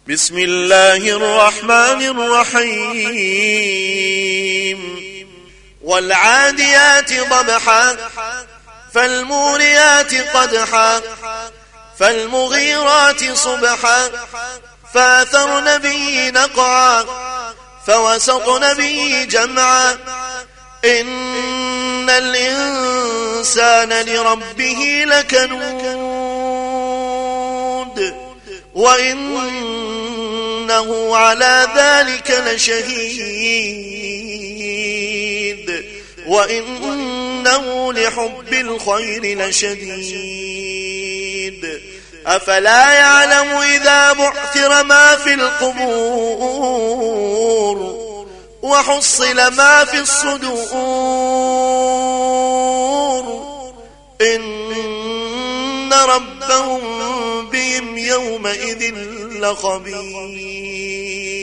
بسم الله الرحمن الرحيم والعاديات ضبحا فالموريات قدحا فالمغيرات صبحا فأثرن به نقعا فوسطن به جمعا إن الإنسان لربه لكنود وإنه على ذلك لشهيد وإنه لحب الخير لشديد أفلا يعلم إذا بعثر ما في القبور وحصل ما في الصدور إن ربهم بهم يومئذ لخبير.